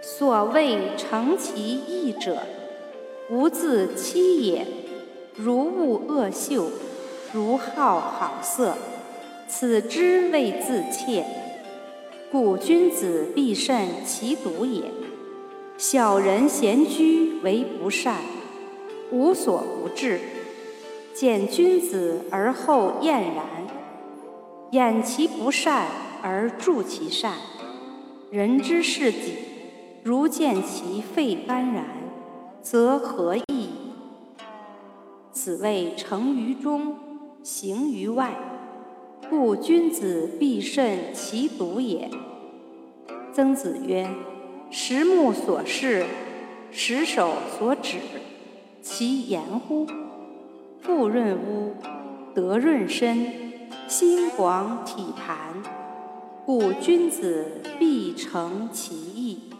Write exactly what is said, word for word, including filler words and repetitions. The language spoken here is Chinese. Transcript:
所谓诚其意者，无自欺也。如恶恶秀，如好好色，此之谓自怯。故君子必慎其独也。小人闲居为不善，无所不至。见君子而后厌然，掩其不善而助其善。人之视己，如见其肺肝然，则何益矣？此谓诚于中，行于外。故君子必慎其独也。曾子曰：十目所视，十手所指，其言乎？富润屋，德润身，心广体盘。故君子必诚其意。